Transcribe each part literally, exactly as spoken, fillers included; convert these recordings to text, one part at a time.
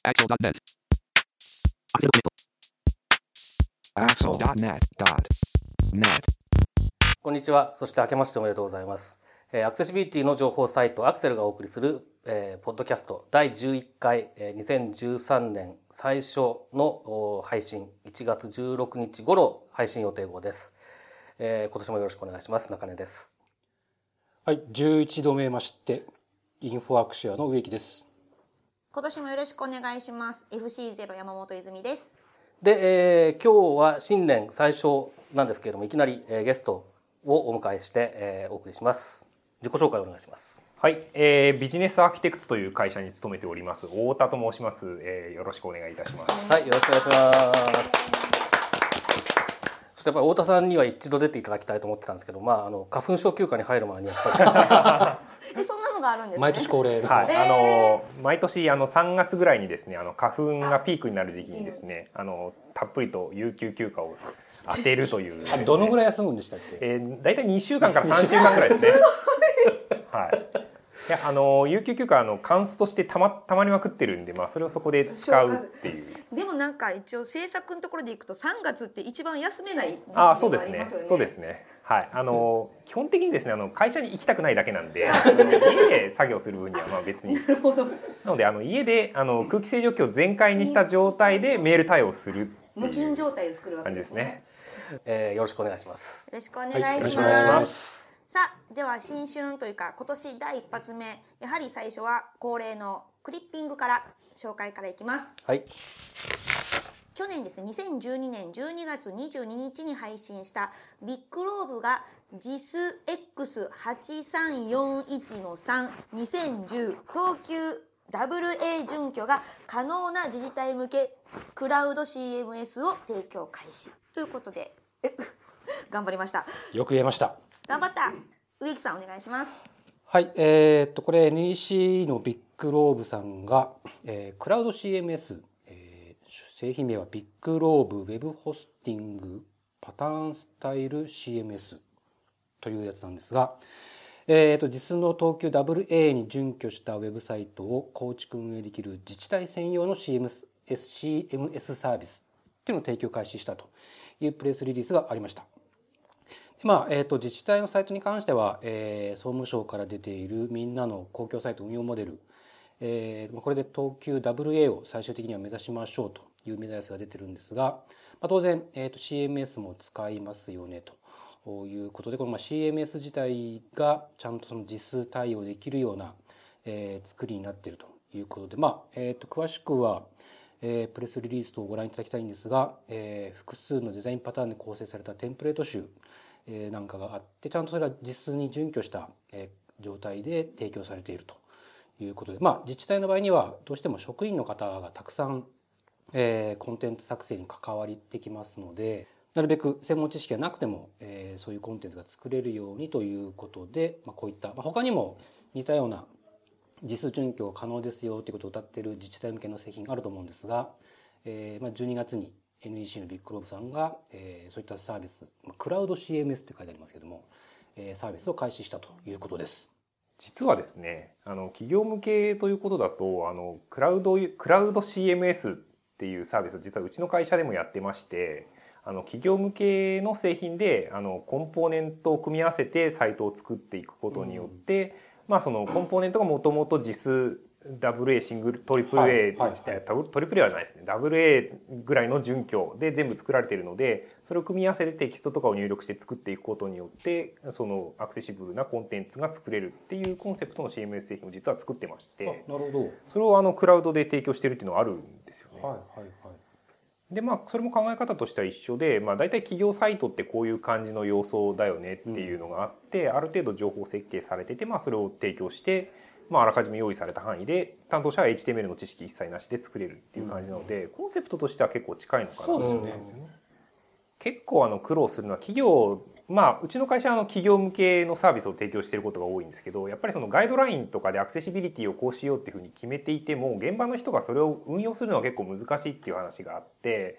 axel ドットネット アクセル ドットネットこんにちは。そして明けましておめでとうございます。えーアクセシビリティの情報サイトアクセルがお送りする、えーポッドキャストだいじゅういっかい、えーにせんじゅうさんねん最初のお配信いちがつじゅうろくにち頃配信予定号です。えー今年もよろしくお願いします。中根です。 はい、じゅういちどめましてインフォアクシアの植木です。 今年もよろしくお願いします。エフシーゼロ 山本泉です。 で、えー今日は新年最初なんですけれども、いきなり、えーゲストをお迎えして、えーお送りします。自己紹介をお願いします。 はい、えー、ビジネスアーキテクツという会社に勤めております太田と申します、えー、よろしくお願いいたします。 はい、よろしくお願いします。そしてやっぱり太田さんには一度出ていただきたいと思ってたんですけど、まああの花粉症休暇に入る前にやっぱえ、そんなのがあるんですね。 毎年恒例、 はい、 えーあの毎年あのさんがつぐらいにですね、あの花粉がピークになる時期にですね、あのたっぷりと有給休暇を当てるというですね、 どのぐらい休むんでしたっけ？ えー、だいたいにしゅうかんからさんしゅうかんぐらいですね。はい。いやあの有給休暇あのカンスとしてたまたまりまくってるんで、まあそれをそこで使うっていう。 でもなんか一応制作のところでいくとさんがつって一番休めない時期であもああそうですねりますよね。 そうですね。はい。あの基本的にですね、あの会社に行きたくないだけなんで、あの家で作業する分にはまあ別に。なるほど。なのであの家であの空気清浄機を全開にした状態でメール対応するって無菌いう状態を作るわけ感じでね。 ですすね。 えーよろしくお願いします。 よろしくお願いはいよろします。 しくお願いします。 さあ、では新春というか今年第一発目、やはり最初は恒例のクリッピングから紹介からいきます。 はい。 去年ですね、にせんじゅうにねんじゅうにがつにじゅうににちに配信したビッグローブが ジスエックスはちさんよんいちのさん にせんじゅう 東急 ダブルエー 準拠が可能な自治体向けクラウド シーエムエス を提供開始ということでえ頑張りました。 よく言えました。 頑張った植木さんお願いします。 はい、えー、っとこれ エヌイーシー のビッグローブさんが、えー、クラウド シーエムエス、えー、製品名はビッグローブウェブホスティングパターンスタイル シーエムエス というやつなんですが、えー、っと実の東急 ダブルエー に準拠したウェブサイトを構築運営できる自治体専用の シーエムエス シーエムエス サービスっていうのを提供開始したというプレスリリースがありました。まあえー、と自治体のサイトに関しては、えー、総務省から出ているみんなの公共サイト運用モデル、えー、これで東急 ダブルエー を最終的には目指しましょうという目指しが出てるんですが、まあ、当然、えー、と シーエムエス も使いますよねということで、このまあ シーエムエス 自体がちゃんとその実数対応できるような、えー、作りになっているということで、まあえー、と詳しくはえー、プレスリリース等をご覧いただきたいんですが、えー、複数のデザインパターンで構成されたテンプレート集なんかがあって、ちゃんとそれは実数に準拠した状態で提供されているということで、まあ、自治体の場合にはどうしても職員の方がたくさん、えー、コンテンツ作成に関わってきますので、なるべく専門知識がなくても、えー、そういうコンテンツが作れるようにということで、まあ、こういった、まあ、他にも似たような実数準拠可能ですよということを謳っている自治体向けの製品があると思うんですが、えーまあ、じゅうにがつにエヌイーシー のビッグローブさんが、えー、そういったサービス、クラウド シーエムエス って書いてありますけども、えー、サービスを開始したということです。 実はですね、あの企業向けということだと、あのクラウドクラウド シーエムエス っていうサービスを実はうちの会社でもやってまして、あの企業向けの製品であのコンポーネントを組み合わせてサイトを作っていくことによって、うん、まあそのコンポーネントがもともと実ダブル A シングルトリプル A、はいはい、トリプル A はないですね、ダブル A ぐらいの準拠で全部作られているので、それを組み合わせてテキストとかを入力して作っていくことによってそのアクセシブルなコンテンツが作れるっていうコンセプトの シーエムエス 製品を実は作ってまして、 なるほど、 それをあのクラウドで提供しているっていうのはあるんですよね。 はいはいはい。 でまあ、それも考え方としては一緒で、まあ、大体企業サイトってこういう感じの様相だよねっていうのがあって、うん、ある程度情報設計されてて、まあ、それを提供して、まあ、あらかじめ用意された範囲で担当者は エイチティーエムエル の知識一切なしで作れるっていう感じなので、うん、コンセプトとしては結構近いのかなと思うんですよね。結構あの苦労するのは企業、まあ、うちの会社はあの企業向けのサービスを提供していることが多いんですけど、やっぱりそのガイドラインとかでアクセシビリティをこうしようっていうふうに決めていても、現場の人がそれを運用するのは結構難しいっていう話があって、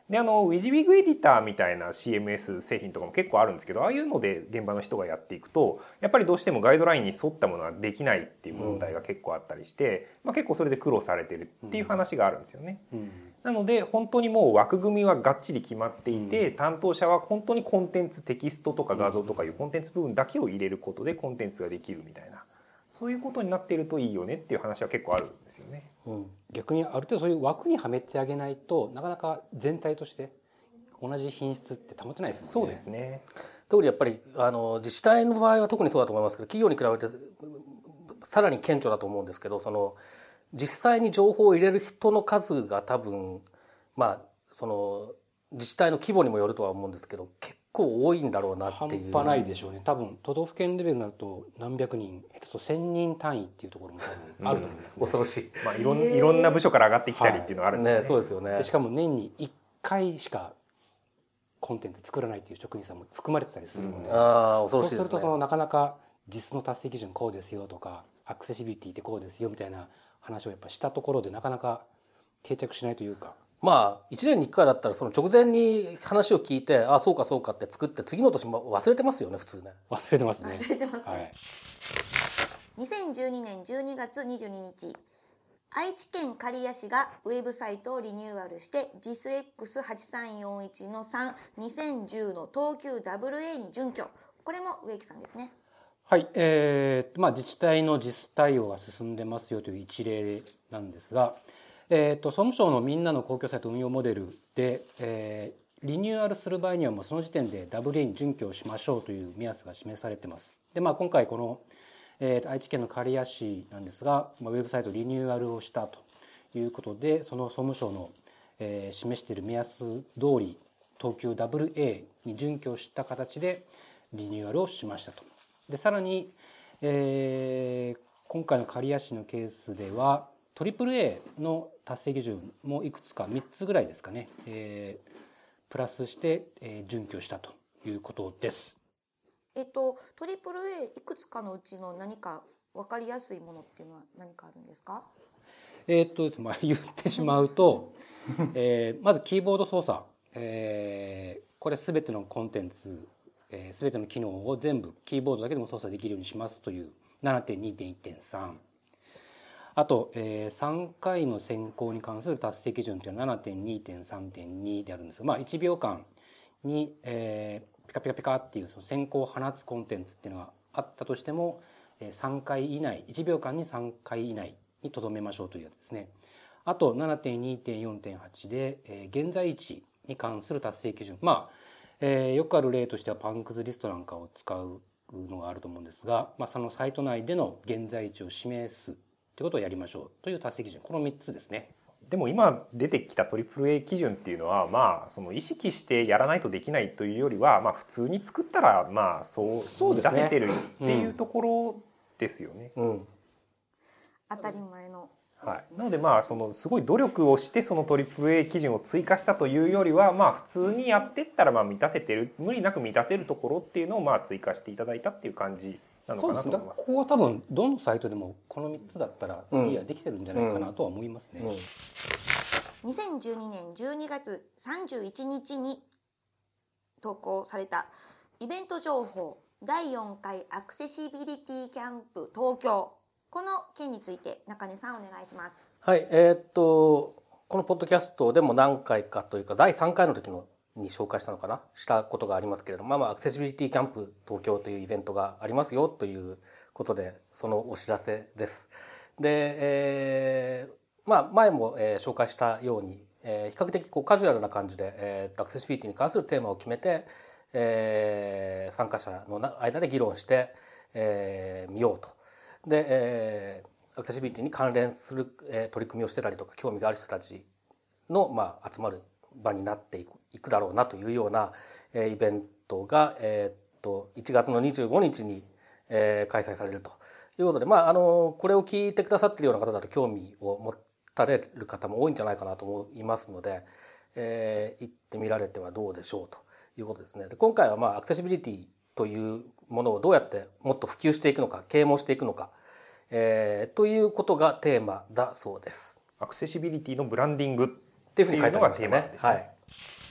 であの WYSIWYG エディターみたいな シーエムエス 製品とかも結構あるんですけど、ああいうので現場の人がやっていくとやっぱりどうしてもガイドラインに沿ったものはできないっていう問題が結構あったりして、まあ、結構それで苦労されてるっていう話があるんですよね。 うん、 なので本当にもう枠組みはがっちり決まっていて、担当者は本当にコンテンツテキストとか画像とかいうコンテンツ部分だけを入れることでコンテンツができるみたいな、そういうことになっているといいよねっていう話は結構あるんですよね。 うん、逆にある程度そういう枠にはめてあげないとなかなか全体として同じ品質って保てないですもんね。 そうですね。 特にやっぱりあの自治体の場合は特にそうだと思いますけど、企業に比べてさらに顕著だと思うんですけど、その実際に情報を入れる人の数が多分まあその自治体の規模にもよるとは思うんですけど、結構多いんだろうなっていう。 半端ないでしょうね。多分都道府県レベルになると何百人、下手すると千人単位っていうところも多分あると思いますね。 恐ろしい。 まあいろんいろんな部署から上がってきたりっていうのがあるんですよね。 ね、そうですよね。 でしかも年にいっかいしかコンテンツ作らないっていう職員さんも含まれてたりするので、 ああ、恐ろしいですね。 そうするとそのなかなか実の達成基準こうですよとかアクセシビリティってこうですよみたいな話をやっぱしたところでなかなか定着しないというか。 まあいちねんにいっかいだったらその直前に話を聞いて、ああそうかそうかって作って次の年も忘れてますよね、普通ね。 忘れてますね。 忘れてますね。 はい、 にせんじゅうにねんじゅうにがつにじゅうににち、愛知県刈谷市がウェブサイトをリニューアルして ジスエックスはちさんよんいちのさん、にせんじゅうの東急 ダブリューエー に準拠。これも植木さんですね。 はい、えーまあ、自治体の ジス 対応が進んでますよという一例なんですが、えー、と総務省のみんなの公共サイト運用モデルで、えー、リニューアルする場合にはもうその時点で ダブリューエー に準拠をしましょうという目安が示されてます。で、まあ、今回この、えー、愛知県の刈谷市なんですが、まあ、ウェブサイトリニューアルをしたということで、その総務省の、えー、示している目安通り東急 ダブリューエー に準拠した形でリニューアルをしましたと。でさらに、えー、今回の刈谷市のケースでは トリプルエー の達成基準もいくつかみっつぐらいですかね、えー、プラスして、えー、準拠したということです。 えっと トリプルエー いくつかのうちの何か分かりやすいものっていうのは何かあるんですか？ えーっとまあ、言ってしまうと、えー、まずキーボード操作、えー、これ全てのコンテンツ、えー、全ての機能を全部キーボードだけでも操作できるようにしますという ななてんにてんいってんさん。あと、えー、さんかいの選考に関する達成基準というのは ななてんにてんさんてんに であるんですが、まあ、いちびょうかんに、えー、ピカピカピカっていうその選考を放つコンテンツっていうのがあったとしてもさんかい以内、いちびょうかんにさんかい以内にとどめましょうというやつですね。あと ななてんにてんよんてんはち で、えー、現在位置に関する達成基準、まあ、えー、よくある例としてはパンクズリストなんかを使うのがあると思うんですが、まあ、そのサイト内での現在位置を示すということをやりましょうという達成基準、このみっつですね。 でも今出てきた トリプルエー 基準っていうのは、まあその意識してやらないとできないというよりは、まあ普通に作ったらまあそう満たせてるっていうところですよね。 うんうん、 当たり前の、 はい、なのでまあそのすごい努力をしてその トリプルエー 基準を追加したというよりは、まあ普通にやってったらまあ満たせてる、無理なく満たせるところっていうのをまあ追加していただいたっていう感じなのかなと思います。 ここは多分どのサイトでもこのみっつだったらクリアできてるんじゃないかなとは思いますね。 うんうん、 にせんじゅうにねんじゅうにがつさんじゅういちにちに投稿されたイベント情報だいよんかいアクセシビリティキャンプ東京、この件について中根さんお願いします。 はい、えー、っとこのポッドキャストでも何回かというかだいさんかいの時のに紹介したのかなしたことがありますけれども、まあまあアクセシビリティキャンプ東京というイベントがありますよということで、そのお知らせです。で、えー、まあ前も、えー、紹介したように、えー、比較的こうカジュアルな感じで、えー、アクセシビリティに関するテーマを決めて、えー、参加者の間で議論して、えー、みようと。で、えー、アクセシビリティに関連する、えー、取り組みをしてたりとか興味がある人たちの、まあ、集まる場になっていく、いくだろうなというような、えー、イベントが、えー、っといちがつのにじゅうごにちに、えー、開催されるということで、まあ、あのこれを聞いてくださっているような方だと興味を持たれる方も多いんじゃないかなと思いますので、えー、行ってみられてはどうでしょうということですね。で今回は、まあ、アクセシビリティというものをどうやってもっと普及していくのか、啓蒙していくのか、えー、ということがテーマだそうです。 アクセシビリティのブランディングっていうふうに書いてありましたね。 っていうのがテーマですね。 はい。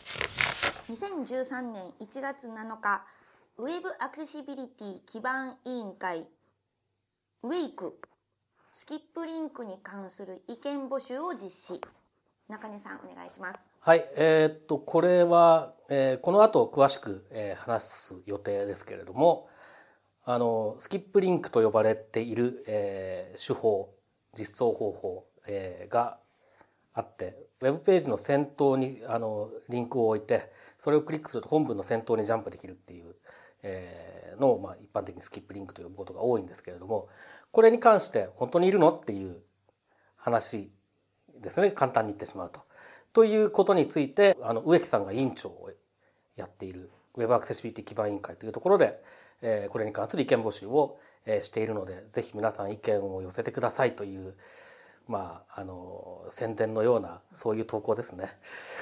にせんじゅうさんねんいちがつなのか、ウェブアクセシビリティ基盤委員会ウェイクスキップリンクに関する意見募集を実施。中根さんお願いします。 はい、えーっとこれは、えー、この後詳しく、えー、話す予定ですけれども、あのスキップリンクと呼ばれている、えー、手法実装方法、えー、があって、ウェブページの先頭にあのリンクを置いて、それをクリックすると本文の先頭にジャンプできるっていう、えー、のを、まあ、一般的にスキップリンクと呼ぶことが多いんですけれども、これに関して本当にいるのっていう話ですね、簡単に言ってしまうと。ということについて、あの植木さんが委員長をやっているウェブアクセシビリティ基盤委員会というところで、えー、これに関する意見募集を、えー、しているので、ぜひ皆さん意見を寄せてくださいという、まあ、あの宣伝のようなそういう投稿ですね。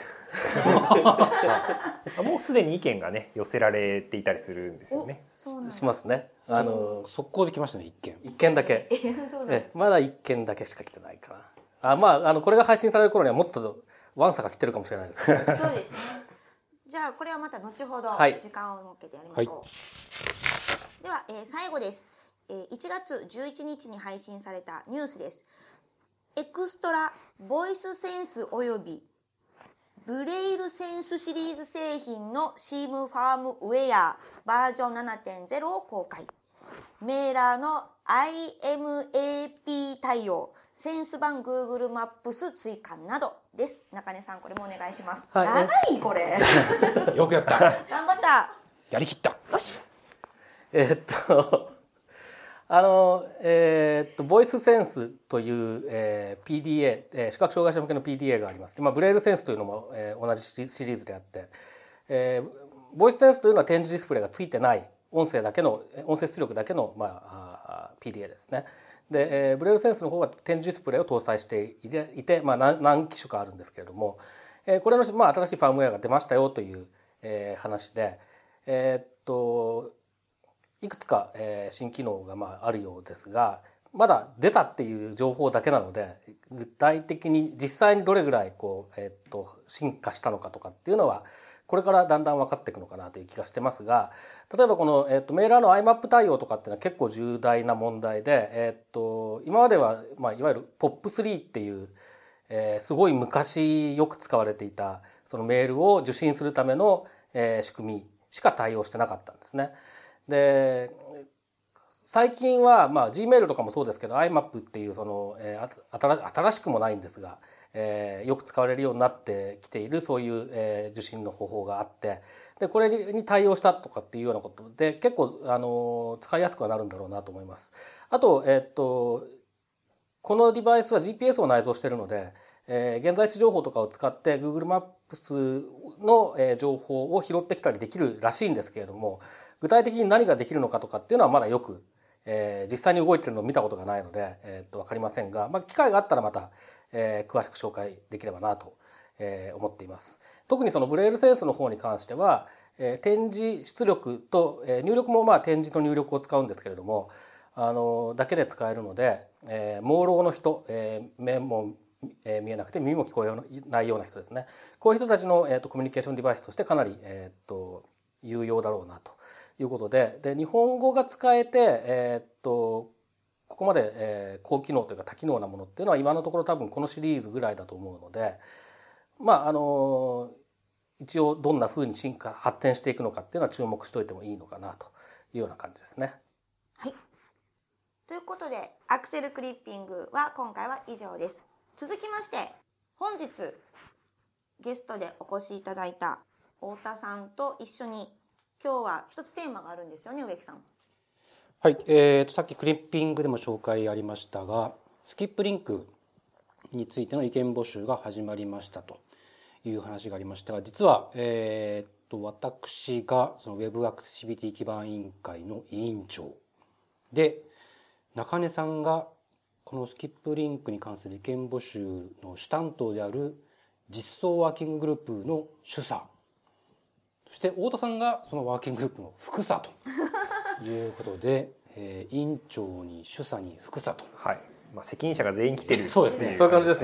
もうすでに意見がね寄せられていたりするんですよね。 しますね。あの速攻できましたね、一件。 一件だけ。 えそうなんですえまだ一件だけしか来てないかな。あ、まあ、あのこれが配信される頃にはもっとワンサが来てるかもしれないですけど、ね。 そうですね。じゃあこれはまた後ほどはい時間を設けてやりましょう。はい、では、えー、最後です、えー。いちがつじゅういちにちに配信されたニュースです。エクストラボイスセンスおよびブレイルセンスシリーズ製品のシームファームウェアバージョン ななてんゼロ を公開。メーラーの アイエムエーピー 対応、センス版 Google マップス追加などです。中根さんこれもお願いします。はい、長いこれ。 よくやった。 頑張った。 やりきった。 よし。 えー、っとあのえー、っとボイスセンスという、えー、ピーディーエー、えー、視覚障害者向けの ピーディーエー があります。まあ、ブレイルセンスというのも、えー、同じシリーズであって、えー、ボイスセンスというのは展示ディスプレイがついてない音声だけの音声出力だけの、まあ、ピーディーエー ですね。で、えー、ブレイルセンスの方は展示ディスプレイを搭載していて、まあ、何, 何機種かあるんですけれども、えー、これの、まあ、新しいファームウェアが出ましたよという、えー、話で、えー、っといくつか、えー、新機能が、まあ、あるようですが、まだ出たっていう情報だけなので、具体的に実際にどれぐらいこう、えー、っと進化したのかとかっていうのはこれからだんだん分かっていくのかなという気がしてますが、例えばこの、えー、とメーラーの アイマップ 対応とかっていうのは結構重大な問題で、えー、と今までは、まあ、いわゆる ポップスリー っていう、えー、すごい昔よく使われていたそのメールを受信するための、えー、仕組みしか対応してなかったんですね。で最近は、まあ、Gmail とかもそうですけど アイマップ っていうその、えー、新しくもないんですが、えー、よく使われるようになってきているそういう、えー、受信の方法があって、でこれに対応したとかっていうようなことで結構あの使いやすくはなるんだろうなと思います。あと、えー、っとこのデバイスは ジーピーエス を内蔵しているので、えー、現在地情報とかを使って Google マップスの、えー、情報を拾ってきたりできるらしいんですけれども、具体的に何ができるのかとかっていうのはまだよく、えー、実際に動いてるのを見たことがないので、えー、っと分かりませんが、まあ、機会があったらまた、えー、詳しく紹介できればなと、えー、思っています。特にそのブレイルセンスの方に関しては、えー、点字出力と、えー、入力もまあ点字の入力を使うんですけれども、あのだけで使えるので、えー、盲ろうの人、えー、目もえー、見えなくて耳も聞こえないような人ですね、こういう人たちの、えー、とコミュニケーションデバイスとしてかなり、えー、と有用だろうなということで、で日本語が使えて、えー、とここまで、えー、高機能というか多機能なものっていうのは今のところ多分このシリーズぐらいだと思うので、まああの一応どんなふうに進化発展していくのかっていうのは注目しておいてもいいのかなというような感じですね。 はい、ということでアクセルクリッピングは今回は以上です。続きまして本日ゲストでお越しいただいた太田さんと一緒に今日は一つテーマがあるんですよね、植木さん。 はい、えー、とさっきクリッピングでも紹介ありましたが、スキップリンクについての意見募集が始まりましたという話がありましたが、実は、えー、と私がそのウェブアクセシビリティ基盤委員会の委員長で、中根さんがこのスキップリンクに関する意見募集の主担当である実装ワーキンググループの主査、そして太田さんがそのワーキンググループの副査ということで、えー、委員長に主査に副査と、 はい、まあ、責任者が全員来てる、 そうですね、 そういう感じですね。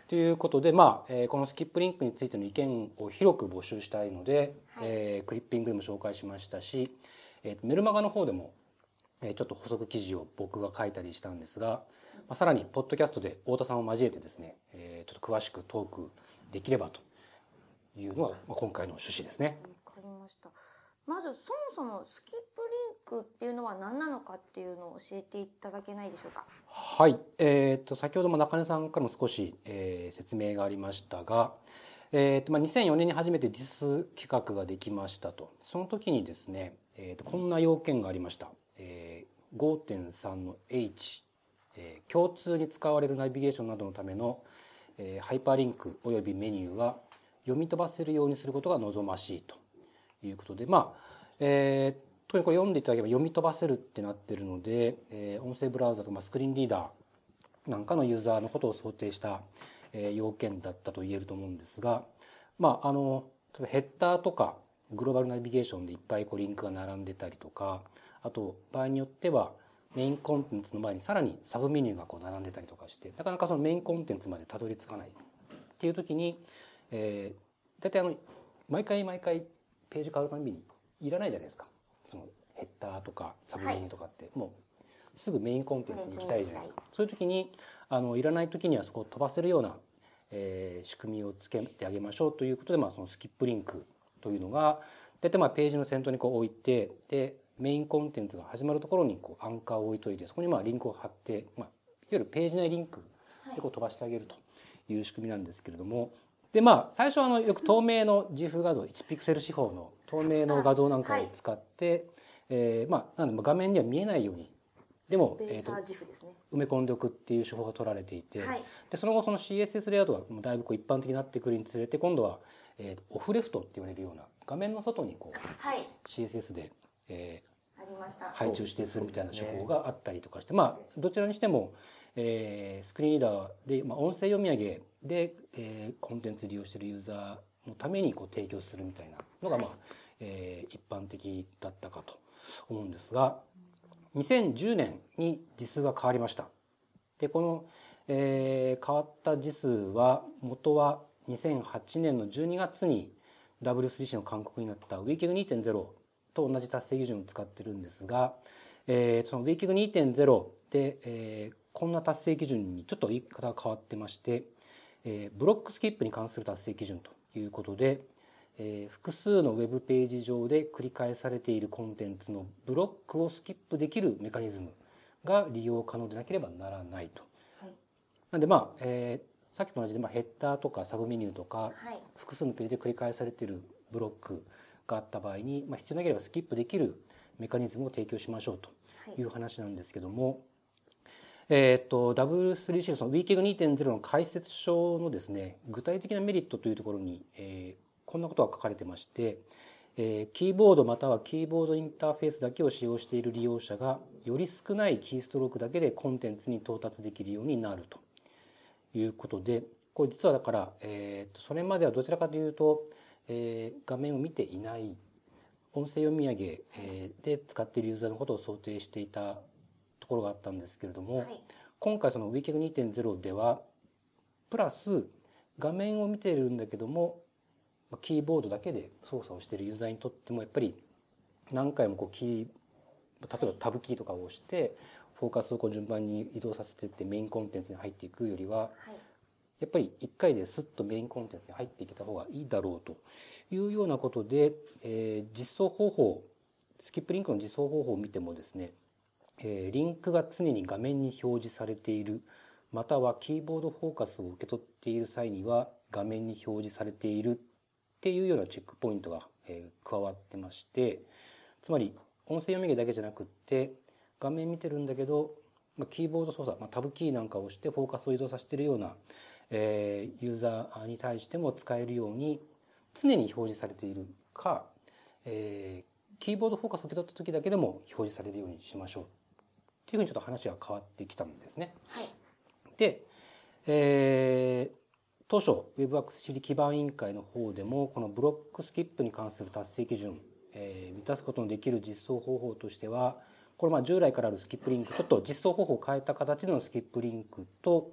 ということで、まあえーこのスキップリンクについての意見を広く募集したいので、 はいえークリッピングでも紹介しましたし、えーとメルマガの方でも、えーちょっと補足記事を僕が書いたりしたんですが、まあ、さらにポッドキャストで太田さんを交えてですね、えーちょっと詳しくトークできればというのが、まあ、今回の趣旨ですね。 わかりました。まずそもそもスキップリンクっていうのは何なのかっていうのを教えていただけないでしょうか。 はい、えー、と先ほども中根さんからも少し、えー説明がありましたが、えーとまあ、にせんよねんに初めて ジス 企画ができましたと。その時にですね、えー、とこんな要件がありました。えー、ごてんさん の H、えー、共通に使われるナビゲーションなどのための、えーハイパーリンクおよびメニューは読み飛ばせるようにすることが望ましいということで、まあえー特にこれ読んでいただければ読み飛ばせるってなってるので、えー音声ブラウザとか、まあ、スクリーンリーダーなんかのユーザーのことを想定した、えー要件だったと言えると思うんですが、まああの例えばヘッダーとかグローバルナビゲーションでいっぱいこうリンクが並んでたりとか、あと場合によってはメインコンテンツの前にさらにサブメニューがこう並んでたりとかして、なかなかそのメインコンテンツまでたどり着かないっていう時に、えー、大体あの毎回毎回ページ変わるたびにいらないじゃないですか。そのヘッダーとかサブメニューとかって、もうすぐメインコンテンツに行きたいじゃないですか。そういう時にあのいらない時にはそこを飛ばせるような、えー仕組みをつけてあげましょうということで、まあ、そのスキップリンクというのが大体まあページの先頭にこう置いて、でメインコンテンツが始まるところにこうアンカーを置いといて、そこにまあリンクを貼って、まあ、いわゆるページ内リンクでこう飛ばしてあげるという仕組みなんですけれども、でまあ最初はあのよく透明の ジフ 画像いちピクセル四方の透明の画像なんかを使って、えーまあなんで画面には見えないようにでも、 スペーサえーとージフですね。 埋め込んでおくっていう手法が取られていて、 はいでその後その シーエスエス レイアウトがもうだいぶこう一般的になってくるにつれて、今度は、えーオフレフトって言われるような画面の外にこうはい、 シーエスエス で、えありました。 ー配置を指定するみたいな手法があったりとかして、まあどちらにしても、えースクリーンリーダーで、まあ、音声読み上げで、えーコンテンツ利用しているユーザーのためにこう提供するみたいなのが、まあえー一般的だったかと思うんですが、にせんじゅうねんにジスが変わりました。でこの、えー変わったジスは元はにせんはちねんのじゅうにがつに ダブリュースリーシー の勧告になった ウィーキングにてんゼロ と同じ達成基準を使ってるんですが、えーその ウィーキングにてんゼロ で、えーこんな達成基準にちょっと言い方が変わってまして、えーブロックスキップに関する達成基準ということで、えー複数のウェブページ上で繰り返されているコンテンツのブロックをスキップできるメカニズムが利用可能でなければならないと。 はい、 なんでまあ、えーさっきと同じで、まあ、ヘッダーとかサブメニューとか、 はい、 複数のページで繰り返されているブロックがあった場合に、まあ、必要なければスキップできるメカニズムを提供しましょうという話なんですけども、えー、と ダブリュースリーシー のその ウィーキングにてんゼロ の解説書のですね、具体的なメリットというところに、えーこんなことが書かれてまして、えーキーボードまたはキーボードインターフェースだけを使用している利用者がより少ないキーストロークだけでコンテンツに到達できるようになるということで、これ実はだから、えーとそれまではどちらかというと、えー画面を見ていない音声読み上げ、えーで使っているユーザーのことを想定していたところがあったんですけれども、 はい、 今回その ウィーキングにてんゼロ ではプラス画面を見ているんだけどもキーボードだけで操作をしているユーザーにとってもやっぱり何回もこうキー例えばタブキーとかを押してフォーカスをこう順番に移動させていってメインコンテンツに入っていくよりは、 はい、 やっぱりいっかいですっとメインコンテンツに入っていけた方がいいだろうというようなことで、えー実装方法スキップリンクの実装方法を見てもですね、えーリンクが常に画面に表示されている、またはキーボードフォーカスを受け取っている際には画面に表示されているっていうようなチェックポイントが、えー加わってまして、つまり音声読み上げだけじゃなくって画面見てるんだけど、まあ、キーボード操作、まあ、タブキーなんかを押してフォーカスを移動させているような、えーユーザーに対しても使えるように常に表示されているか、えーキーボードフォーカスを受け取った時だけでも表示されるようにしましょうっていうふうにちょっと話が変わってきたんですね。 はい、 で、えー当初 Web アクセシビリティ基盤委員会の方でもこのブロックスキップに関する達成基準、えー満たすことのできる実装方法としては、これまあ従来からあるスキップリンクちょっと実装方法を変えた形でのスキップリンクと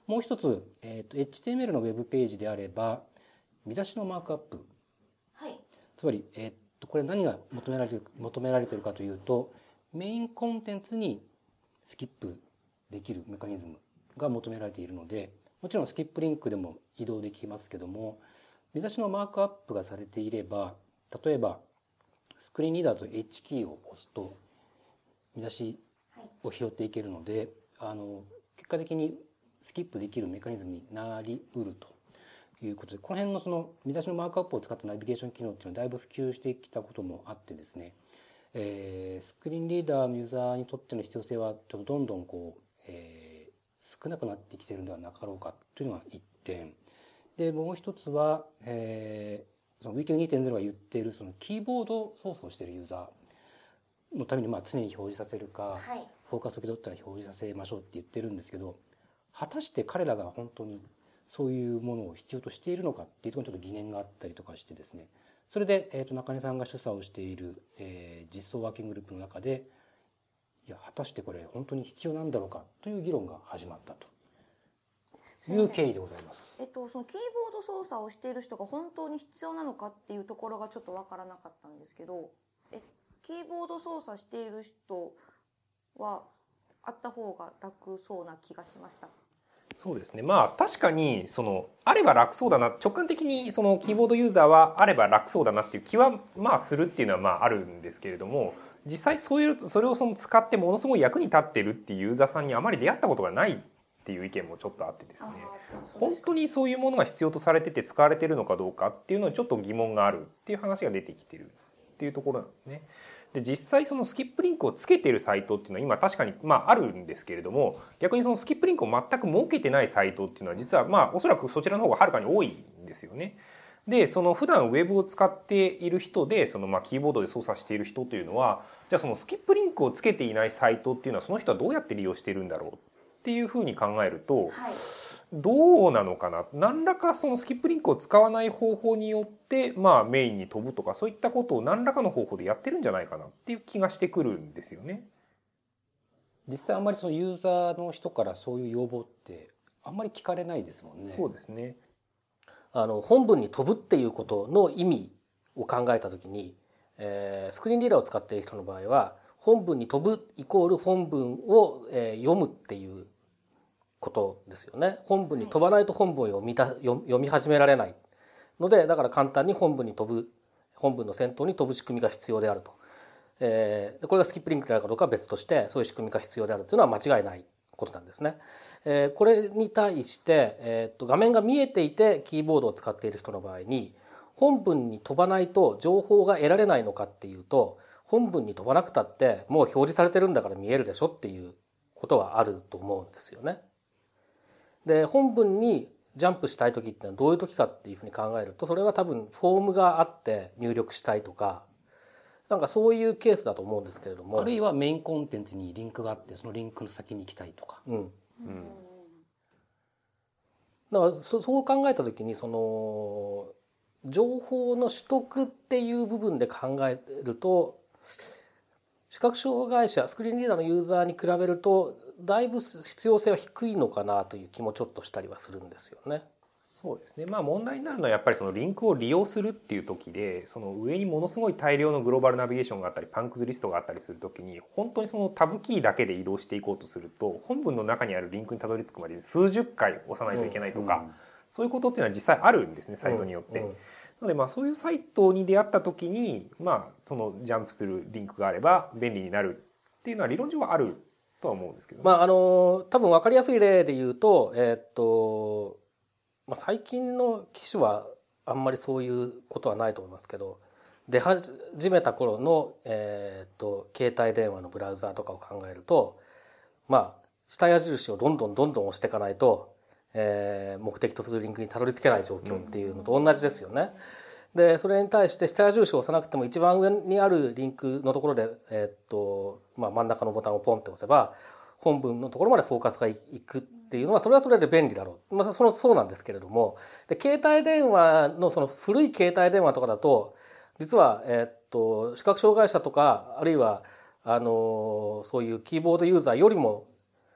もう一つ、えーと、エイチティーエムエル のウェブページであれば見出しのマークアップ、 はい、 つまり、えーと、これ何が求められてる、求められているかというと、メインコンテンツにスキップできるメカニズムが求められているので、もちろんスキップリンクでも移動できますけども、見出しのマークアップがされていれば、例えばスクリーンリーダーと H キーを押すと見出しを拾っていけるので、あの結果的にスキップできるメカニズムになりうるということで、この辺のその見出しのマークアップを使ったナビゲーション機能っていうのはだいぶ普及してきたこともあってですね、えー、スクリーンリーダーのユーザーにとっての必要性はちょっとどんどんこう、えー、少なくなってきているのではなかろうかというのが一点で、もう一つは、えー、その ウィーキューにてんゼロ が言っているそのキーボード操作をしているユーザーのためにまあ常に表示させるか、 はい、 フォーカスを受け取ったら表示させましょうって言ってるんですけど、果たして彼らが本当にそういうものを必要としているのかっていうところにちょっと疑念があったりとかしてですね、それで、えー、と中根さんが主査をしている、えー、実装ワーキンググループの中で、いや果たしてこれ本当に必要なんだろうかという議論が始まったという経緯でございます。 えっと、そのキーボード操作をしている人が本当に必要なのかっていうところがちょっとわからなかったんですけど、えキーボード操作している人はあった方が楽そうな気がしました。 そうですね。まあ確かにそのあれば楽そうだな、直感的にそのキーボードユーザーはあれば楽そうだなっていう気はまあするっていうのはまああるんですけれども、実際そういうそれをその使ってものすごい役に立ってるっていうユーザーさんにあまり出会ったことがないっていう意見もちょっとあってですね、本当にそういうものが必要とされてて使われてるのかどうかっていうのにちょっと疑問があるっていう話が出てきてるっていうところなんですね。で実際そのスキップリンクをつけているサイトっていうのは今確かにまああるんですけれども、逆にそのスキップリンクを全く設けてないサイトっていうのは実はまあおそらくそちらの方がはるかに多いんですよね。でその普段ウェブを使っている人でそのまあキーボードで操作している人というのは、じゃあそのスキップリンクをつけていないサイトっていうのはその人はどうやって利用しているんだろうっていうふうに考えると、はい、どうなのかな、何らかそのスキップリンクを使わない方法によってまあメインに飛ぶとか、そういったことを何らかの方法でやってるんじゃないかなっていう気がしてくるんですよね。 実際あんまりそのユーザーの人からそういう要望ってあんまり聞かれないですもんね。 そうですね。 あの本文に飛ぶっていうことの意味を考えたときに、えー、スクリーンリーダーを使っている人の場合は本文に飛ぶイコール本文を、えー、読むっていうことですよね。本文に飛ばないと本文を読みだ読み始められないので、だから簡単に本文に飛ぶ本文の先頭に飛ぶ仕組みが必要であると、えー、これがスキップリンクであるかどうかは別として、そういう仕組みが必要であるというのは間違いないことなんですね。えー、これに対して、えー、と画面が見えていてキーボードを使っている人の場合に、本文に飛ばないと情報が得られないのかっていうと、本文に飛ばなくたってもう表示されてるんだから見えるでしょっていうことはあると思うんですよね。で本文にジャンプしたい時ってのはどういう時かっていうふうに考えると、それは多分フォームがあって入力したいとか、なんかそういうケースだと思うんですけれども、 あるいはメインコンテンツにリンクがあってそのリンクの先に行きたいとか、 うん、うん、だからそそう考えた時に、その情報の取得っていう部分で考えると、視覚障害者スクリーンリーダーのユーザーに比べるとだいぶ必要性は低いのかなという気もちょっとしたりはするんですよね。 そうですね。まあ問題になるのはやっぱりそのリンクを利用するっていう時で、その上にものすごい大量のグローバルナビゲーションがあったりパンクズリストがあったりする時に、本当にそのタブキーだけで移動していこうとすると、本文の中にあるリンクにたどり着くまでに数十回押さないといけないとか、うんうん、そういうことっていうのは実際あるんですね、サイトによって。うんうん、なのでまあそういうサイトに出会った時に、まあそのジャンプするリンクがあれば便利になるっていうのは理論上はあるとは思うんですけど、ね、 まああの多分分かりやすい例で言うと、えーっとまあ、最近の機種はあんまりそういうことはないと思いますけど、出始めた頃の、えー、と携帯電話のブラウザーとかを考えると、まあ下矢印をどんどんどんどん押していかないと、えー、目的とするリンクにたどり着けない状況っていうのと同じですよね。でそれに対して下矢印を押さなくても一番上にあるリンクのところで、えーとまあ、真ん中のボタンをポンって押せば本文のところまでフォーカスがいくっていうのは、それはそれで便利だろう、まあ、そのそうなんですけれども、で携帯電話のその古い携帯電話とかだと実は、えー、っと視覚障害者とかあるいはあのそういうキーボードユーザーよりも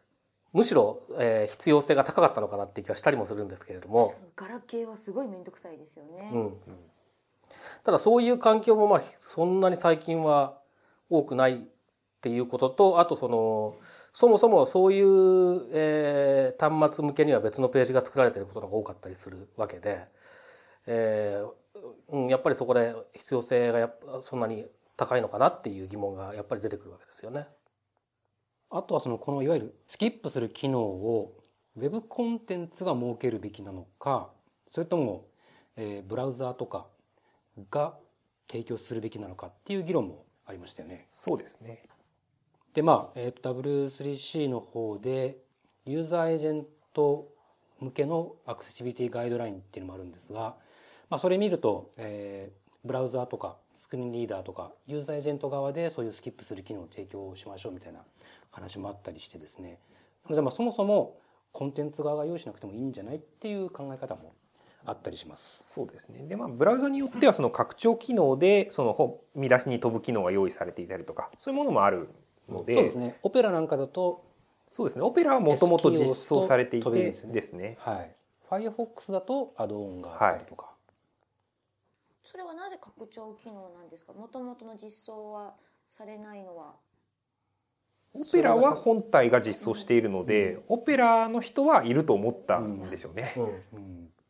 むしろ、えー、必要性が高かったのかなっていう気がしたりもするんですけれども、 確かにガラケーはすごい面倒くさいですよね。 うん、ただそういう環境もまあそんなに最近は多くないっていうことと、あとそのそもそもそういう、えー、端末向けには別のページが作られていることが多かったりするわけで、えーうん、やっぱりそこで必要性がやっぱそんなに高いのかなっていう疑問がやっぱり出てくるわけですよね。 あとはそのこのいわゆるスキップする機能をウェブコンテンツが設けるべきなのか、それとも、えー、ブラウザーとかが提供するべきなのかっていう議論もありましたよね。 そうですね。 でまあ、えー、ダブリュースリーシー の方でユーザーエージェント向けのアクセシビリティガイドラインっていうのもあるんですが、まあ、それ見ると、えー、ブラウザーとかスクリーンリーダーとかユーザーエージェント側でそういうスキップする機能を提供しましょうみたいな話もあったりしてですね、なのでまあそもそもコンテンツ側が用意しなくてもいいんじゃないっていう考え方もあったりします。 そうですね。でまあブラウザによってはその拡張機能でその見出しに飛ぶ機能が用意されていたりとか、そういうものもあるので、 そうですね。オペラなんかだとそうですね。オペラはもともと実装されていてですね。 ですね。 はい。Firefox だとアドオンがあったりとか。 はい、 それはなぜ拡張機能なんですか。もともとの実装はされないのは。 オペラは本体が実装しているので、うん、オペラの人はいると思ったんでしょうね。 うんうんうん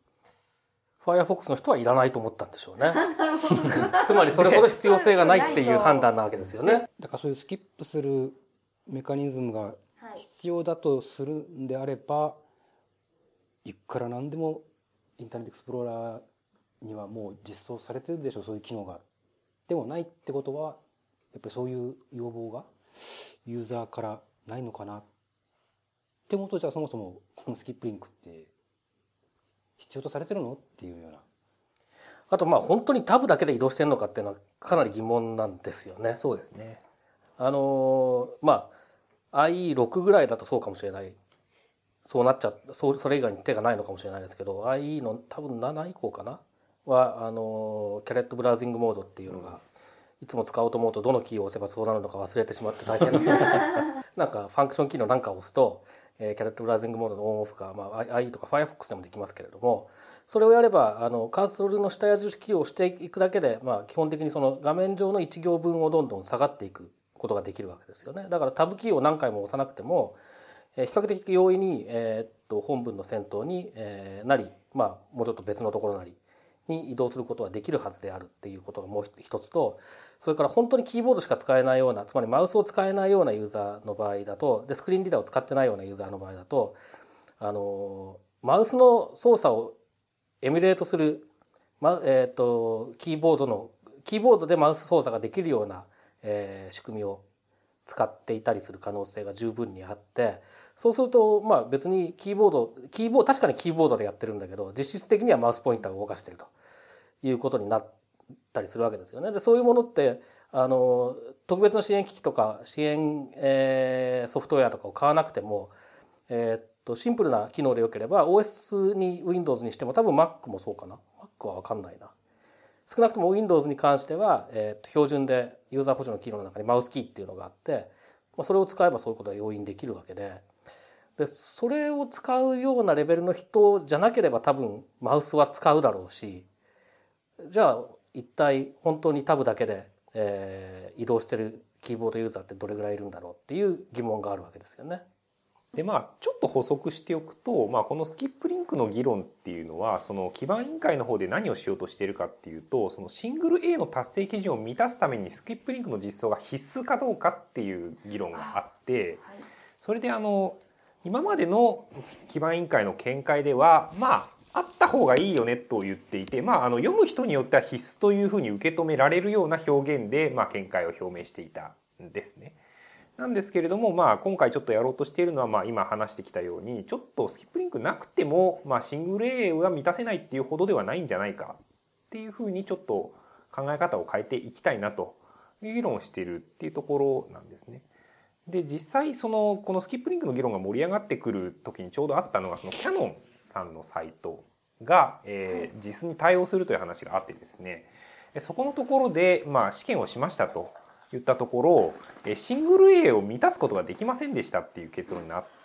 、Firefox の人はいらないと思ったんでしょうね。つまりそれほど必要性がないっていう判断なわけですよね。 だからそういうスキップするメカニズムが必要だとするんであれば、はい、いくらなんでもインターネットエクスプローラーにはもう実装されてるでしょう、そういう機能が。でもないってことはやっぱりそういう要望がユーザーからないのかなって思うと、じゃあそもそもこのスキップリンクって必要とされてるのっていうような。 あとまあ本当にタブだけで移動してるのかっていうのはかなり疑問なんですよね。 そうですね。 あのまあ アイイーシックス ぐらいだとそうかもしれない。そうなっちゃそそれ以外に手がないのかもしれないですけど、 アイイー の多分なな以降かなはあのキャレットブラウジングモードっていうのが、いつも使おうと思うとどのキーを押せばそうなるのか忘れてしまって大変なんかファンクションキーの何かを押すと、えー、キャレットブラウジングモードのオンオフが、まあ、アイイー とか Firefox でもできますけれども、それをやればあのカーソルの下矢印キーを押していくだけで、まあ、基本的にその画面上のいち行分をどんどん下がっていくことができるわけですよね。だからタブキーを何回も押さなくても、えー、比較的容易に、えー、っと本文の先頭に、えー、なり、まあ、もうちょっと別のところなりに移動することはできるはずであるっていうことがもう一つと、それから本当にキーボードしか使えないような、つまりマウスを使えないようなユーザーの場合だと、でスクリーンリーダーを使ってないようなユーザーの場合だと、あのマウスの操作をエミュレートする、まえー、とキーボードのキーボードでマウス操作ができるような、えー、仕組みを使っていたりする可能性が十分にあって、そうするとまあ別にキーボードキーボード確かにキーボードでやってるんだけど、実質的にはマウスポインターを動かしているということになったりするわけですよね。でそういうものってあの特別な支援機器とか支援、えー、ソフトウェアとかを買わなくても、えー、っとシンプルな機能でよければ オーエス に Windows にしても多分 Mac もそうかな Mac は分かんないな。少なくとも Windows に関しては、えー、と標準でユーザー保守の機能の中にマウスキーっていうのがあって、まあ、それを使えばそういうことが容易にできるわけで、でそれを使うようなレベルの人じゃなければ多分マウスは使うだろうし、じゃあ一体本当にタブだけで、えー、移動してるキーボードユーザーってどれぐらいいるんだろうっていう疑問があるわけですよね。 でまあ、ちょっと補足しておくと、まあ、このスキップリンクの議論っていうのはその基盤委員会の方で何をしようとしているかっていうと、そのシングル A の達成基準を満たすためにスキップリンクの実装が必須かどうかっていう議論があって、それであの今までの基盤委員会の見解ではまああった方がいいよねと言っていて、まあ、あの読む人によっては必須というふうに受け止められるような表現で、まあ、見解を表明していたんですね。なんですけれども、まあ、今回ちょっとやろうとしているのは、まあ、今話してきたようにちょっとスキップリンクなくても、まあ、シングル A が満たせないっていうほどではないんじゃないかっていうふうにちょっと考え方を変えていきたいなという議論をしているっていうところなんですね。で実際そのこのスキップリンクの議論が盛り上がってくる時にちょうどあったのがそのキヤノンさんのサイトが、えー、ジスに対応するという話があってですね、そこのところで、まあ、試験をしましたと言ったところシングル A を満たすことができませんでしたっていう結論になっ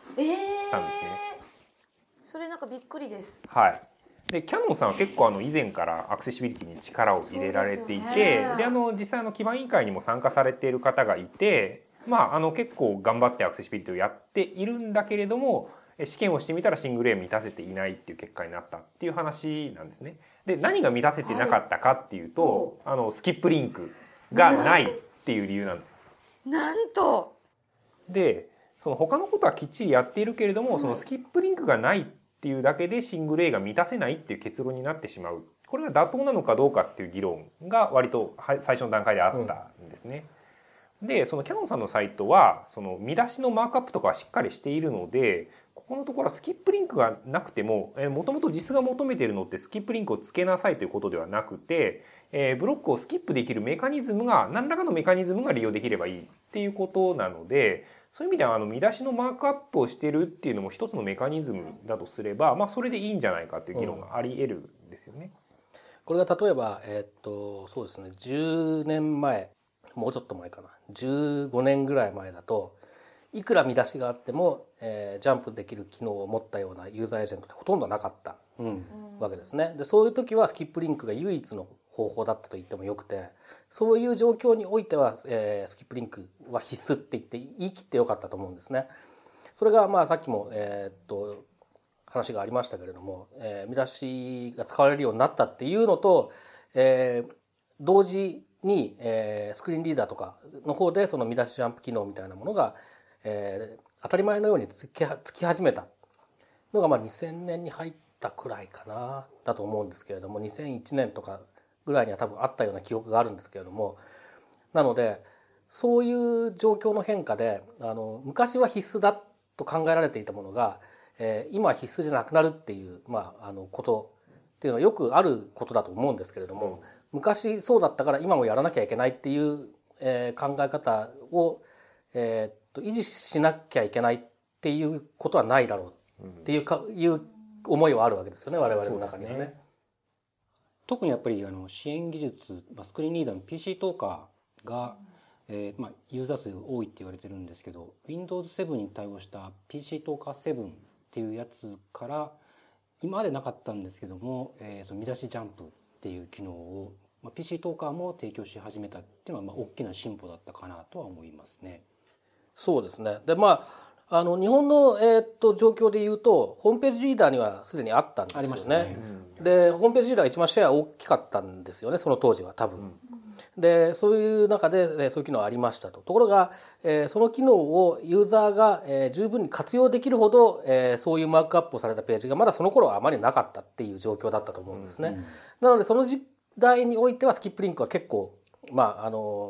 えー、 たんですね。 それなんかびっくりです。 はい。でキヤノンさんは結構あの以前からアクセシビリティに力を入れられていて、で、あの実際あの基盤委員会にも参加されている方がいて、まああの結構頑張ってアクセシビリティをやっているんだけれども、試験をしてみたらシングル A 満たせていないっていう結果になったっていう話なんですね。で何が満たせてなかったかっていうと、はい、あのスキップリンクがないっていう理由なんです。 なんと。 でその他のことはきっちりやっているけれども、そのスキップリンクがないっていうだけでシングル A が満たせないっていう結論になってしまう。これが妥当なのかどうかっていう議論が割と最初の段階であったんですね。うん、でそのキヤノンさんのサイトはその見出しのマークアップとかはしっかりしているので、ここのところはスキップリンクがなくても、もともとジスが求めているのってスキップリンクをつけなさいということではなくて、えー、ブロックをスキップできるメカニズムが何らかのメカニズムが利用できればいいっていうことなので、そういう意味ではあの見出しのマークアップをしてるっていうのも一つのメカニズムだとすれば、まあ、それでいいんじゃないかという議論があり得るんですよね。うん、 これが例えば、えー、っとそうですね、じゅうねんまえ、もうちょっと前かな、じゅうごねんぐらい前だといくら見出しがあっても、えー、ジャンプできる機能を持ったようなユーザーエージェントってほとんどなかった、うん、わけですね。でそういう時はスキップリンクが唯一の方法だったと言ってもよくて、そういう状況においては、えー、スキップリンクは必須って言って言い切ってよかったと思うんですね。それがまあさっきも、えー、っと話がありましたけれども、えー、見出しが使われるようになったっていうのと、えー、同時に、えー、スクリーンリーダーとかの方でその見出しジャンプ機能みたいなものが、えー、当たり前のようにつき、つき始めたのがまあにせんねんに入ったくらいかなだと思うんですけれども、にせんいちねんとかぐらいには多分あったような記憶があるんですけれども、なのでそういう状況の変化で、あの昔は必須だと考えられていたものが、えー、今は必須じゃなくなるっていう、まあ、あのことっていうのはよくあることだと思うんですけれども、昔そうだったから今もやらなきゃいけないっていう、えー、考え方を、えー、っと維持しなきゃいけないっていうことはないだろうっていうか、うん、いう思いはあるわけですよね、我々の中にはね。 特にやっぱりあの支援技術、スクリーンリーダーの ピーシー トーカーが、えーまあ、ユーザー数多いって言われてるんですけど、 ウィンドウズセブン に対応した ピーシー トーカーセブンっていうやつから今までなかったんですけども、えー、その見出しジャンプっていう機能を、まあ、ピーシー トーカーも提供し始めたっていうのは、まあ、大きな進歩だったかなとは思いますね。 そうですね。でまああの日本の、えー、っと状況でいうとホームページリーダーにはすでにあったんですよね。ありましたね。でホームページリーダーが一番シェア大きかったんですよね、その当時は多分。うん、でそういう中でそういう機能ありましたと。ところが、えー、その機能をユーザーが、えー、十分に活用できるほど、えー、そういうマークアップをされたページがまだその頃はあまりなかったっていう状況だったと思うんですね。うんうん、なのでその時代においてはスキップリンクは結構まああの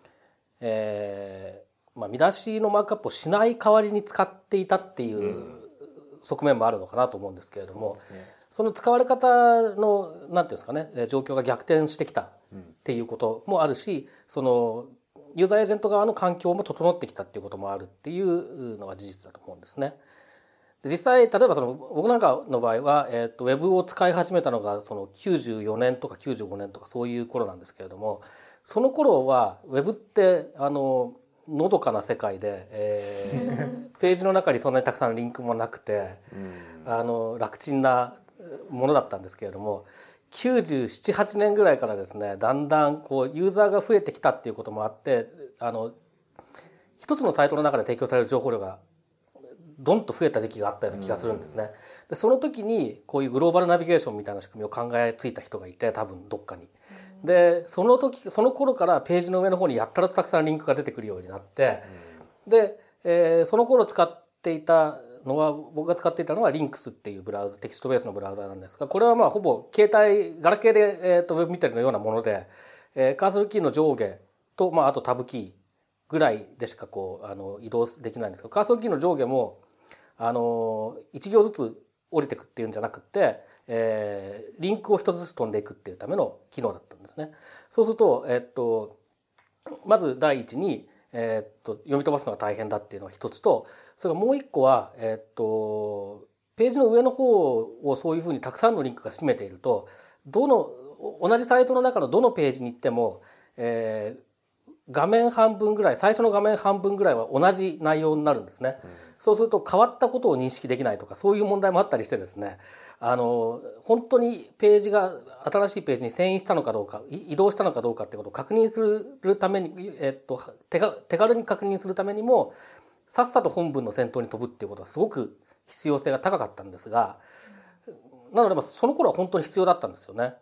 えーまあ、見出しのマークアップをしない代わりに使っていたっていう側面もあるのかなと思うんですけれども、うん、その使われ方のなんていうんですかね、状況が逆転してきたっていうこともあるし、そのユーザーエージェント側の環境も整ってきたっていうこともあるっていうのが事実だと思うんですね。実際例えばその僕なんかの場合は、えー、とウェブを使い始めたのがそのきゅうじゅうよねんとかきゅうじゅうごねんとかそういう頃なんですけれども、その頃はウェブってあののどかな世界で、えー、ページの中にそんなにたくさんリンクもなくて、うん、あの楽ちんなものだったんですけれども、きゅうじゅうなな、はちねんぐらいからですね、だんだんこうユーザーが増えてきたっていうこともあって、あの一つのサイトの中で提供される情報量がどんと増えた時期があったような気がするんですね。でその時にこういうグローバルナビゲーションみたいな仕組みを考えついた人がいて、多分どっかに。でその時その頃からページの上の方にやったらとたくさんリンクが出てくるようになって、で、えー、その頃使っていたのは僕が使っていたのはリンクスっていうブラウザ、テキストベースのブラウザなんですが、これはまあほぼ携帯ガラケーで、えー、とウェブ見てるようなもので、えー、カーソルキーの上下と、まあ、あとタブキーぐらいでしかこうあの移動できないんですけど、カーソルキーの上下もあのいち行ずつ降りてくっていうんじゃなくて、えー、リンクを一つずつ飛んでいくっていうための機能だったんですね。そうすると、えー、っとまず第一に、えー、っと読み飛ばすのが大変だっていうのが一つと、それからもう一個は、えー、っとページの上の方をそういうふうにたくさんのリンクが占めていると、どの同じサイトの中のどのページに行っても、えー、画面半分ぐらい、最初の画面半分ぐらいは同じ内容になるんですね。 そうすると変わったことを認識できないとかそういう問題もあったりしてですね、あの本当にページが新しいページに遷移したのかどうか移動したのかどうかってことを確認するために、えっと、手が手軽に確認するためにもさっさと本文の先頭に飛ぶっていうことはすごく必要性が高かったんですが、なのでその頃は本当に必要だったんですよね。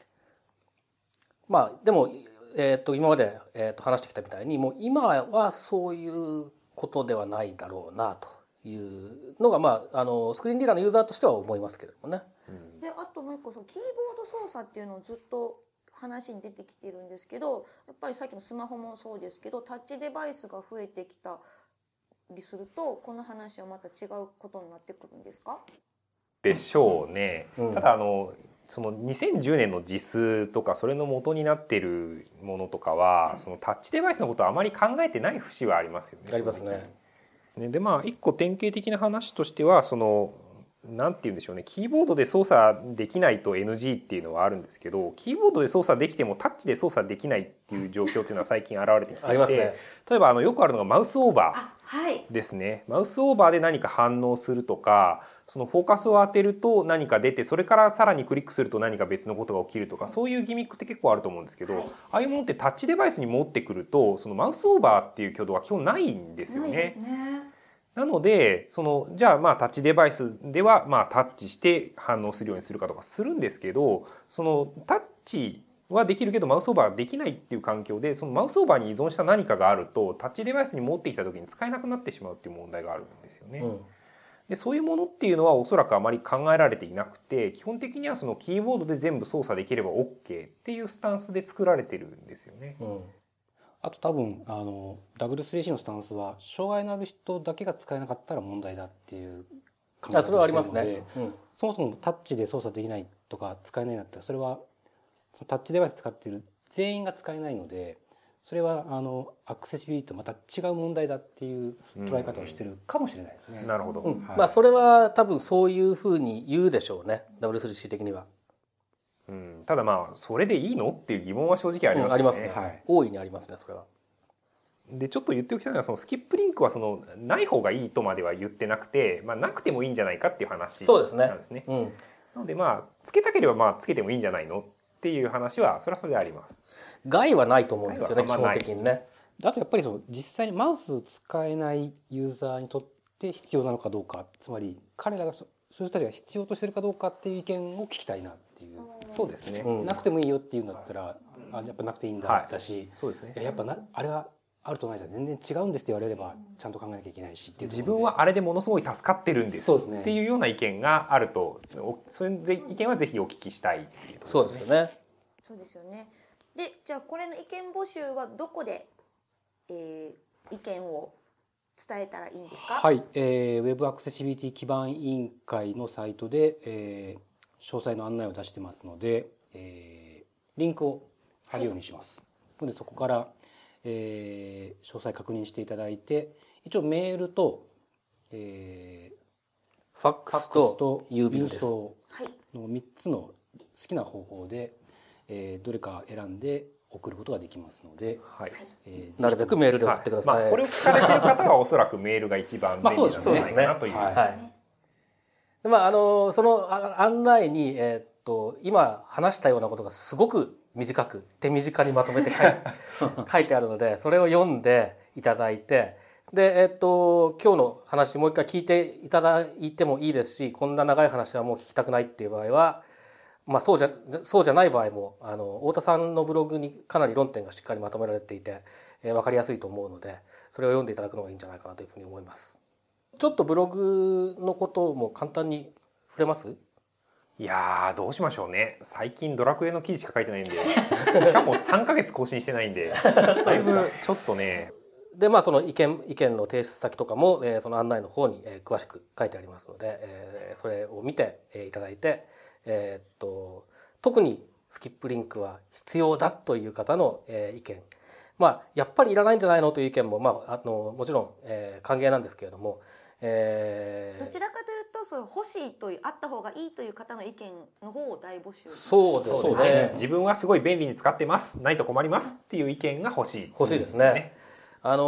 まあでも、えっと今まで、えっと話してきたみたいにもう今はそういうことではないだろうなというのが、まあ、あのスクリーンリーダーのユーザーとしては思いますけれどもね。 であともう一個そのキーボード操作っていうのをずっと話に出てきてるんですけど、やっぱりさっきのスマホもそうですけどタッチデバイスが増えてきたりするとこの話はまた違うことになってくるんですか？ でしょうね。 うん、 ただあのそのにせんじゅうねんの ジス とかそれの元になっているものとかはそのタッチデバイスのことはあまり考えてない節はありますよね。 ありますね。 でまあ一個典型的な話としてはそのなんて言うんでしょうね、キーボードで操作できないと エヌジー っていうのはあるんですけど、キーボードで操作できてもタッチで操作できないっていう状況っていうのは最近現れてきていてありますね。 例えばあのよくあるのがマウスオーバはい、 ーですね。マウスオーバーで何か反応するとか、そのフォーカスを当てると何か出てそれからさらにクリックすると何か別のことが起きるとか、そういうギミックって結構あると思うんですけど、 はい、 ああいうものってタッチデバイスに持ってくるとそのマウスオーバーっていう挙動は基本ないんですよね。 ないですね。 なのでそのじゃあまあタッチデバイスではまあタッチして反応するようにするかとかするんですけど、そのタッチはできるけどマウスオーバーはできないっていう環境で、そのマウスオーバーに依存した何かがあるとタッチデバイスに持ってきた時に使えなくなってしまうっていう問題があるんですよね。うん、でそういうものっていうのはおそらくあまり考えられていなくて、基本的にはそのキーボードで全部操作できれば OK っていうスタンスで作られてるんですよね。うん、 あと多分あの ダブリュースリーシー のスタンスは障害のある人だけが使えなかったら問題だっていう考え方をしているので、 それはありますね。うん、 そもそもタッチで操作できないとか使えないんだったらそれはそのタッチデバイス使っている全員が使えないので、それはあのアクセシビリティとまた違う問題だっていう捉え方をしてるかもしれないですね。 うん、なるほど。 うん、はい、まあそれは多分そういうふうに言うでしょうね、 ダブリュースリーシー 的には。 うん、ただまあそれでいいのっていう疑問は正直ありますね。うん、 ありますね。はい、大いにありますねそれは。 でちょっと言っておきたいのは、そのスキップリンクはそのない方がいいとまでは言ってなくて、まあ、なくてもいいんじゃないかっていう話なんですね。 そうですね。うん、 なのでまあつけたければまあつけてもいいんじゃないのっていう話はそれはそれであります。 害はないと思うんですよね、基本的にね。 あとやっぱりその実際にマウス使えないユーザーにとって必要なのかどうか、つまり彼らがそそういう人たちが必要としてるかどうかっていう意見を聞きたいなっていう。 そうですね。 うん、なくてもいいよっていうんだったら、あやっぱなくていいんだだし、はい、 そうですね。 やっぱなあれはあるとないじゃ全然違うんですって言われればちゃんと考えなきゃいけないしっていう。 自分はあれでものすごい助かってるんですっていうような意見があると、そういう意見はぜひお聞きしたいっていうところですね。 そうですよね。 そうですよね。でじゃあこれの意見募集はどこで、えー、意見を伝えたらいいんですか？ はい、えー、ウェブアクセシビリティ基盤委員会のサイトで、えー、詳細の案内を出してますので、えー、リンクを貼るようにします。はい、のでそこから、えー、詳細確認していただいて、一応メールと、えー、ファックスと郵便送のみっつの好きな方法で、えー、どれか選んで送ることができますので、はい、 えー、なるべくメールで送ってください。 はい、まあ、これを聞かれている方はおそらくメールが一番便利なんじゃないかなという。 まああのその案内に、えー、っと今話したようなことがすごく短く手短にまとめて書い書いてあるので、それを読んでいただいて、で、えー、っと今日の話もう一回聞いていただいてもいいですし、こんな長い話はもう聞きたくないっていう場合は、まあ、そうじゃそうじゃない場合もあの太田さんのブログにかなり論点がしっかりまとめられていて、えー、分かりやすいと思うので、それを読んでいただくのがいいんじゃないかなというふうに思います。ちょっとブログのことも簡単に触れます？ いやーどうしましょうね。最近ドラクエの記事しか書いてないんでしかもさんかげつ更新してないんでだいぶちょっとね。 でまあその意見意見の提出先とかも、えー、その案内の方に、えー、詳しく書いてありますので、えー、それを見て、えー、いただいて、えー、っと特にスキップリンクは必要だという方の、えー、意見、まあやっぱりいらないんじゃないのという意見も、まあ、あのもちろん、えー、歓迎なんですけれども、えー、どちらかというとそう欲しいというあった方がいいという方の意見の方を大募集。 そうですね。 自分はすごい便利に使ってます、ないと困りますっていう意見が欲しい、 欲しいですね。あの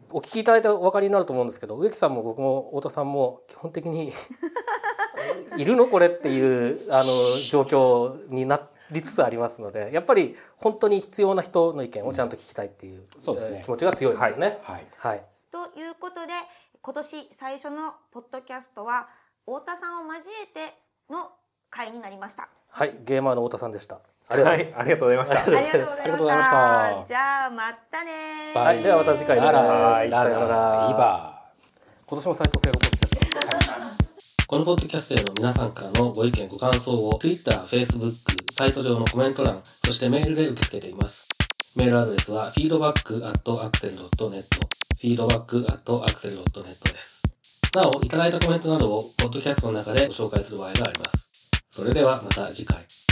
お聞きいただいてお分かりになると思うんですけど、植木さんも僕も太田さんも基本的にいるのこれっていうあの状況になりつつありますので、やっぱり本当に必要な人の意見をちゃんと聞きたいっていう、 そうですね、 えー気持ちが強いですよね。 はいはい、 ということで今年最初のポッドキャストは太田さんを交えての回になりました。 はい、ゲーマーの太田さんでした。ありがとうございます。 はい、ありがとうございました。 ありがとうございまありがとうございまし。 したたじゃあまたね。 はい、ではまた次回です。 ララさラよなら。 ライバ今年も斉藤聖のポッドキャスト。このポッドキャストへの皆さんからのご意見ご感想を Twitter、Facebook、サイト上のコメント欄、そしてメールで受け付けています。メールアドレスは フィードバック アット アクセル ドット ネット フィードバック アット アクセル ドット ネット です。なお、いただいたコメントなどをポッドキャストの中でご紹介する場合があります。それではまた次回。